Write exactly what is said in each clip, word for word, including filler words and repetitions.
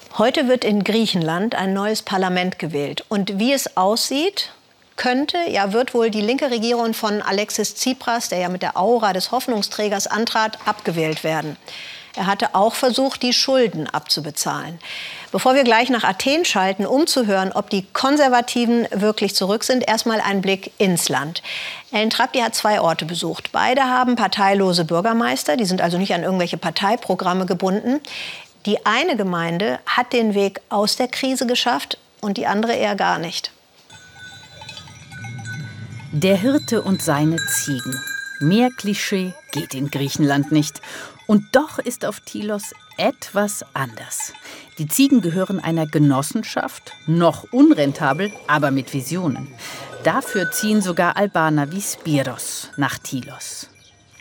Heute wird in Griechenland ein neues Parlament gewählt. Und wie es aussieht, könnte, ja wird wohl die linke Regierung von Alexis Tsipras, der ja mit der Aura des Hoffnungsträgers antrat, abgewählt werden. Er hatte auch versucht, die Schulden abzubezahlen. Bevor wir gleich nach Athen schalten, um zu hören, ob die Konservativen wirklich zurück sind, erstmal ein Blick ins Land. Ellen Trapp, die hat zwei Orte besucht. Beide haben parteilose Bürgermeister, die sind also nicht an irgendwelche Parteiprogramme gebunden. Die eine Gemeinde hat den Weg aus der Krise geschafft und die andere eher gar nicht. Der Hirte und seine Ziegen. Mehr Klischee geht in Griechenland nicht. Und doch ist auf Tilos etwas anders. Die Ziegen gehören einer Genossenschaft, noch unrentabel, aber mit Visionen. Dafür ziehen sogar Albaner wie Spiros nach Tilos.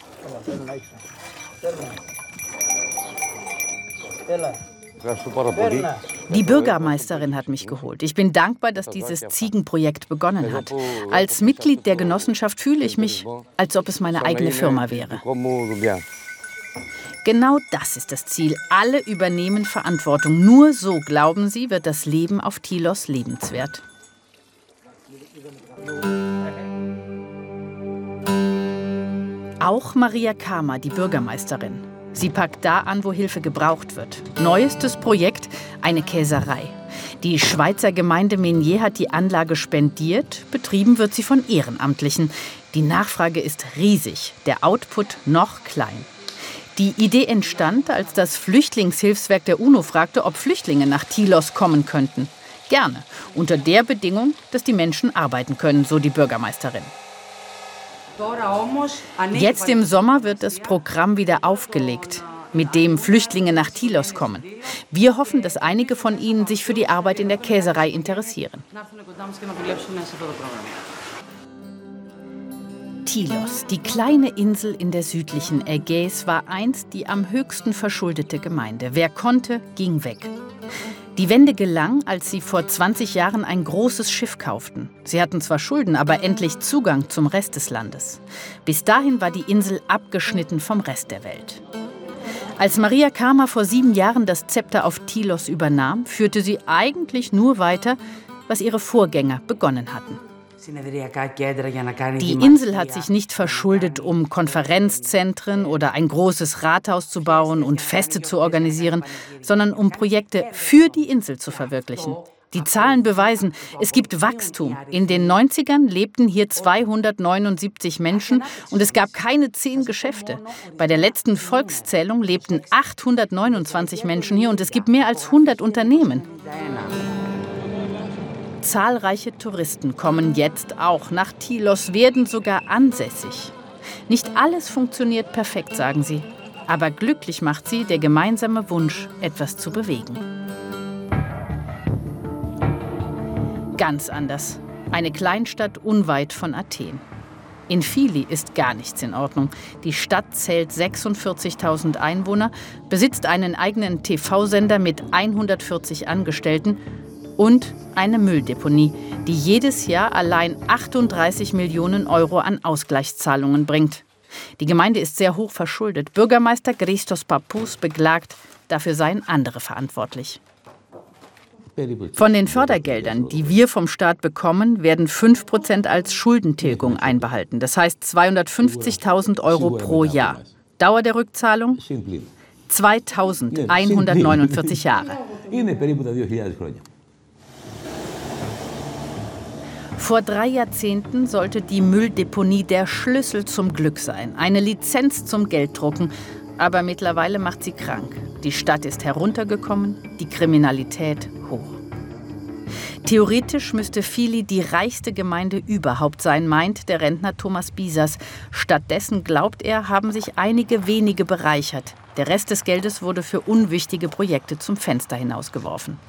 Die Bürgermeisterin hat mich geholt. Ich bin dankbar, dass dieses Ziegenprojekt begonnen hat. Als Mitglied der Genossenschaft fühle ich mich, als ob es meine eigene Firma wäre. Genau das ist das Ziel. Alle übernehmen Verantwortung. Nur so, glauben sie, wird das Leben auf Tilos lebenswert. Auch Maria Kama, die Bürgermeisterin. Sie packt da an, wo Hilfe gebraucht wird. Neuestes Projekt, eine Käserei. Die Schweizer Gemeinde Menier hat die Anlage spendiert. Betrieben wird sie von Ehrenamtlichen. Die Nachfrage ist riesig, der Output noch klein. Die Idee entstand, als das Flüchtlingshilfswerk der UNO fragte, ob Flüchtlinge nach Tilos kommen könnten. Gerne, unter der Bedingung, dass die Menschen arbeiten können, so die Bürgermeisterin. Jetzt im Sommer wird das Programm wieder aufgelegt, mit dem Flüchtlinge nach Tilos kommen. Wir hoffen, dass einige von ihnen sich für die Arbeit in der Käserei interessieren. Tilos, die kleine Insel in der südlichen Ägäis, war einst die am höchsten verschuldete Gemeinde. Wer konnte, ging weg. Die Wende gelang, als sie vor zwanzig Jahren ein großes Schiff kauften. Sie hatten zwar Schulden, aber endlich Zugang zum Rest des Landes. Bis dahin war die Insel abgeschnitten vom Rest der Welt. Als Maria Kama vor sieben Jahren das Zepter auf Tilos übernahm, führte sie eigentlich nur weiter, was ihre Vorgänger begonnen hatten. Die Insel hat sich nicht verschuldet, um Konferenzzentren oder ein großes Rathaus zu bauen und Feste zu organisieren, sondern um Projekte für die Insel zu verwirklichen. Die Zahlen beweisen, es gibt Wachstum. In den neunzigern lebten hier zweihundertneunundsiebzig Menschen und es gab keine zehn Geschäfte. Bei der letzten Volkszählung lebten achthundertneunundzwanzig Menschen hier und es gibt mehr als hundert Unternehmen. Zahlreiche Touristen kommen jetzt auch nach Tilos, werden sogar ansässig. Nicht alles funktioniert perfekt, sagen sie. Aber glücklich macht sie der gemeinsame Wunsch, etwas zu bewegen. Ganz anders. Eine Kleinstadt unweit von Athen. In Phili ist gar nichts in Ordnung. Die Stadt zählt sechsundvierzigtausend Einwohner, besitzt einen eigenen T V-Sender mit hundertvierzig Angestellten und eine Mülldeponie, die jedes Jahr allein achtunddreißig Millionen Euro an Ausgleichszahlungen bringt. Die Gemeinde ist sehr hoch verschuldet. Bürgermeister Christos Pappous beklagt, dafür seien andere verantwortlich. Von den Fördergeldern, die wir vom Staat bekommen, werden fünf Prozent als Schuldentilgung einbehalten. Das heißt zweihundertfünfzigtausend Euro pro Jahr. Dauer der Rückzahlung? zweitausendeinhundertneunundvierzig Jahre. Vor drei Jahrzehnten sollte die Mülldeponie der Schlüssel zum Glück sein. Eine Lizenz zum Gelddrucken. Aber mittlerweile macht sie krank. Die Stadt ist heruntergekommen, die Kriminalität hoch. Theoretisch müsste Phili die reichste Gemeinde überhaupt sein, meint der Rentner Thomas Bisas. Stattdessen, glaubt er, haben sich einige wenige bereichert. Der Rest des Geldes wurde für unwichtige Projekte zum Fenster hinausgeworfen.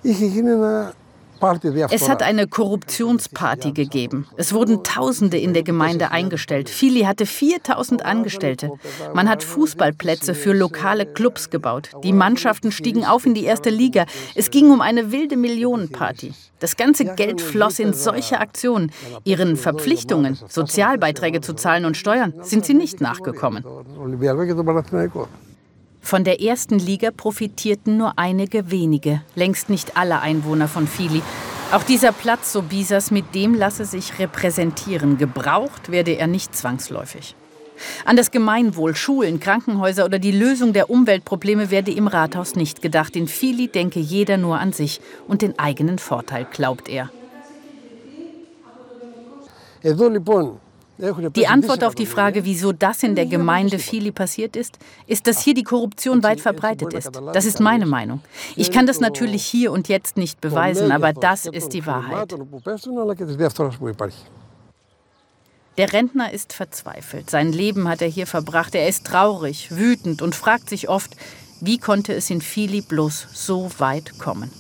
Es hat eine Korruptionsparty gegeben. Es wurden Tausende in der Gemeinde eingestellt. Phili hatte viertausend Angestellte. Man hat Fußballplätze für lokale Clubs gebaut. Die Mannschaften stiegen auf in die erste Liga. Es ging um eine wilde Millionenparty. Das ganze Geld floss in solche Aktionen. Ihren Verpflichtungen, Sozialbeiträge zu zahlen und Steuern, sind sie nicht nachgekommen. Von der ersten Liga profitierten nur einige wenige, längst nicht alle Einwohner von Fili. Auch dieser Platz, so Bisas, mit dem lasse sich repräsentieren. Gebraucht werde er nicht zwangsläufig. An das Gemeinwohl, Schulen, Krankenhäuser oder die Lösung der Umweltprobleme werde im Rathaus nicht gedacht. In Fili denke jeder nur an sich und den eigenen Vorteil, glaubt er. Die Antwort auf die Frage, wieso das in der Gemeinde Fili passiert ist, ist, dass hier die Korruption weit verbreitet ist. Das ist meine Meinung. Ich kann das natürlich hier und jetzt nicht beweisen, aber das ist die Wahrheit. Der Rentner ist verzweifelt. Sein Leben hat er hier verbracht. Er ist traurig, wütend und fragt sich oft, wie konnte es in Fili bloß so weit kommen?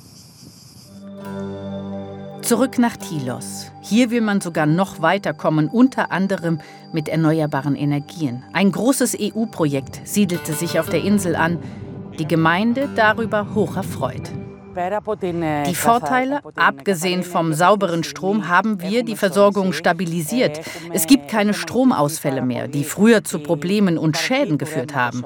Zurück nach Tilos. Hier will man sogar noch weiterkommen, unter anderem mit erneuerbaren Energien. Ein großes E U-Projekt siedelte sich auf der Insel an. Die Gemeinde darüber hoch erfreut. Die Vorteile, abgesehen vom sauberen Strom, haben wir die Versorgung stabilisiert. Es gibt keine Stromausfälle mehr, die früher zu Problemen und Schäden geführt haben.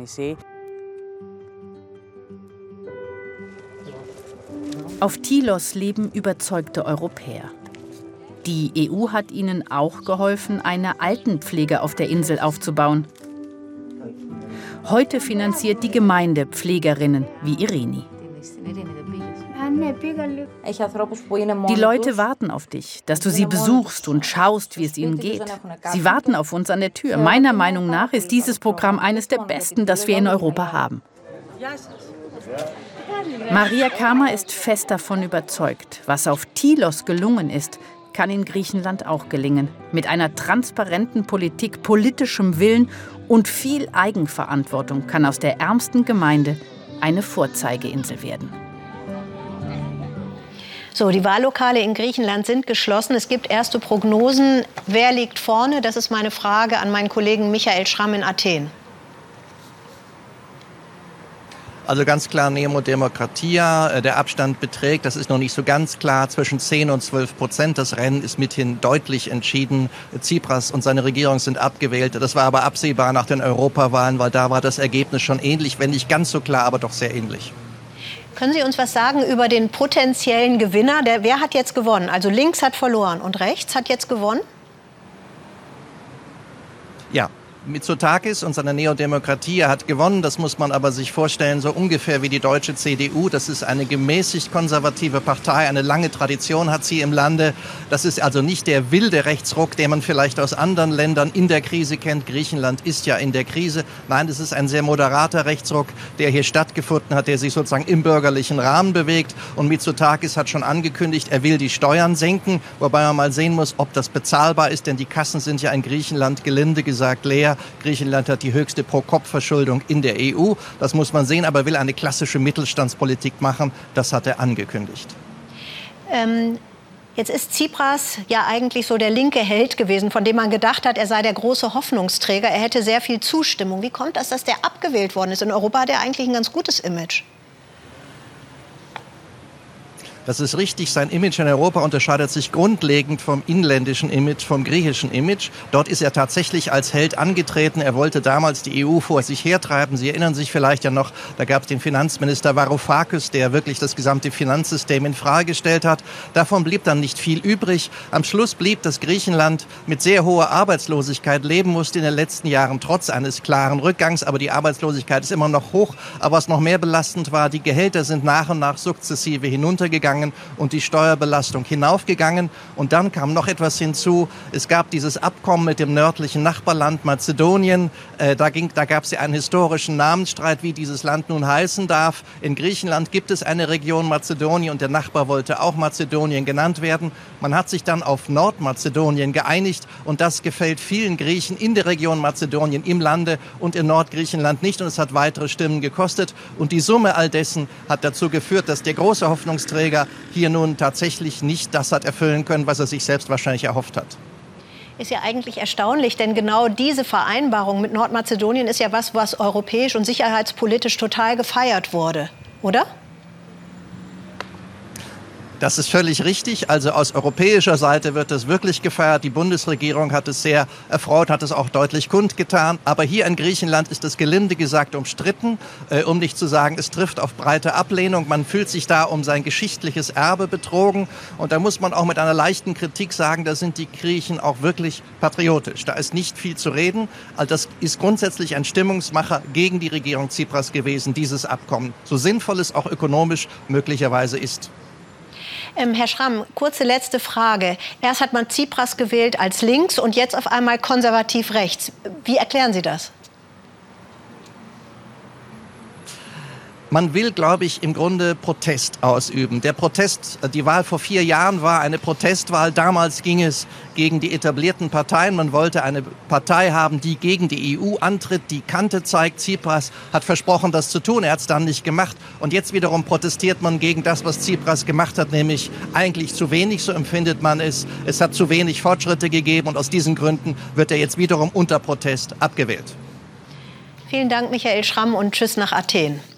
Auf Tilos leben überzeugte Europäer. Die E U hat ihnen auch geholfen, eine Altenpflege auf der Insel aufzubauen. Heute finanziert die Gemeinde Pflegerinnen wie Irini. Die Leute warten auf dich, dass du sie besuchst und schaust, wie es ihnen geht. Sie warten auf uns an der Tür. Meiner Meinung nach ist dieses Programm eines der besten, das wir in Europa haben. Maria Kama ist fest davon überzeugt, was auf Tilos gelungen ist, kann in Griechenland auch gelingen. Mit einer transparenten Politik, politischem Willen und viel Eigenverantwortung kann aus der ärmsten Gemeinde eine Vorzeigeinsel werden. So, die Wahllokale in Griechenland sind geschlossen. Es gibt erste Prognosen. Wer liegt vorne? Das ist meine Frage an meinen Kollegen Michael Schramm in Athen. Also ganz klar Nemo Demokratia. Der Abstand beträgt, das ist noch nicht so ganz klar, zwischen zehn und zwölf Prozent. Das Rennen ist mithin deutlich entschieden. Tsipras und seine Regierung sind abgewählt. Das war aber absehbar nach den Europawahlen, weil da war das Ergebnis schon ähnlich, wenn nicht ganz so klar, aber doch sehr ähnlich. Können Sie uns was sagen über den potenziellen Gewinner? Der, wer hat jetzt gewonnen? Also links hat verloren und rechts hat jetzt gewonnen? Ja. Mitsotakis und seine Neodemokratie hat gewonnen. Das muss man aber sich vorstellen, so ungefähr wie die deutsche C D U. Das ist eine gemäßigt konservative Partei. Eine lange Tradition hat sie im Lande. Das ist also nicht der wilde Rechtsruck, den man vielleicht aus anderen Ländern in der Krise kennt. Griechenland ist ja in der Krise. Nein, es ist ein sehr moderater Rechtsruck, der hier stattgefunden hat, der sich sozusagen im bürgerlichen Rahmen bewegt. Und Mitsotakis hat schon angekündigt, er will die Steuern senken, wobei man mal sehen muss, ob das bezahlbar ist, denn die Kassen sind ja in Griechenland gelinde gesagt leer. Griechenland hat die höchste Pro-Kopf-Verschuldung in der E U. Das muss man sehen, aber er will eine klassische Mittelstandspolitik machen. Das hat er angekündigt. Ähm, jetzt ist Tsipras ja eigentlich so der linke Held gewesen, von dem man gedacht hat, er sei der große Hoffnungsträger. Er hätte sehr viel Zustimmung. Wie kommt das, dass der abgewählt worden ist? In Europa hat er eigentlich ein ganz gutes Image. Das ist richtig, sein Image in Europa unterscheidet sich grundlegend vom inländischen Image, vom griechischen Image. Dort ist er tatsächlich als Held angetreten. Er wollte damals die E U vor sich hertreiben. Sie erinnern sich vielleicht ja noch, da gab es den Finanzminister Varoufakis, der wirklich das gesamte Finanzsystem in Frage gestellt hat. Davon blieb dann nicht viel übrig. Am Schluss blieb, dass Griechenland mit sehr hoher Arbeitslosigkeit leben musste in den letzten Jahren, trotz eines klaren Rückgangs. Aber die Arbeitslosigkeit ist immer noch hoch. Aber was noch mehr belastend war, die Gehälter sind nach und nach sukzessive hinuntergegangen und die Steuerbelastung hinaufgegangen. Und dann kam noch etwas hinzu. Es gab dieses Abkommen mit dem nördlichen Nachbarland Mazedonien. Äh, da ging, da gab es ja einen historischen Namensstreit, wie dieses Land nun heißen darf. In Griechenland gibt es eine Region Mazedonien und der Nachbar wollte auch Mazedonien genannt werden. Man hat sich dann auf Nordmazedonien geeinigt und das gefällt vielen Griechen in der Region Mazedonien, im Lande und in Nordgriechenland nicht. Und es hat weitere Stimmen gekostet. Und die Summe all dessen hat dazu geführt, dass der große Hoffnungsträger hier nun tatsächlich nicht das hat erfüllen können, was er sich selbst wahrscheinlich erhofft hat. Ist ja eigentlich erstaunlich, denn genau diese Vereinbarung mit Nordmazedonien ist ja was, was europäisch und sicherheitspolitisch total gefeiert wurde, oder? Das ist völlig richtig. Also aus europäischer Seite wird es wirklich gefeiert. Die Bundesregierung hat es sehr erfreut, hat es auch deutlich kundgetan. Aber hier in Griechenland ist das gelinde gesagt umstritten, äh, um nicht zu sagen, es trifft auf breite Ablehnung. Man fühlt sich da um sein geschichtliches Erbe betrogen. Und da muss man auch mit einer leichten Kritik sagen, da sind die Griechen auch wirklich patriotisch. Da ist nicht viel zu reden. Also das ist grundsätzlich ein Stimmungsmacher gegen die Regierung Tsipras gewesen, dieses Abkommen, so sinnvoll es auch ökonomisch möglicherweise ist. Ähm, Herr Schramm, kurze letzte Frage. Erst hat man Tsipras gewählt als links und jetzt auf einmal konservativ rechts. Wie erklären Sie das? Man will, glaube ich, im Grunde Protest ausüben. Der Protest, die Wahl vor vier Jahren war eine Protestwahl. Damals ging es gegen die etablierten Parteien. Man wollte eine Partei haben, die gegen die E U antritt, die Kante zeigt. Tsipras hat versprochen, das zu tun. Er hat es dann nicht gemacht. Und jetzt wiederum protestiert man gegen das, was Tsipras gemacht hat, nämlich eigentlich zu wenig, so empfindet man es. Es hat zu wenig Fortschritte gegeben und aus diesen Gründen wird er jetzt wiederum unter Protest abgewählt. Vielen Dank, Michael Schramm, und tschüss nach Athen.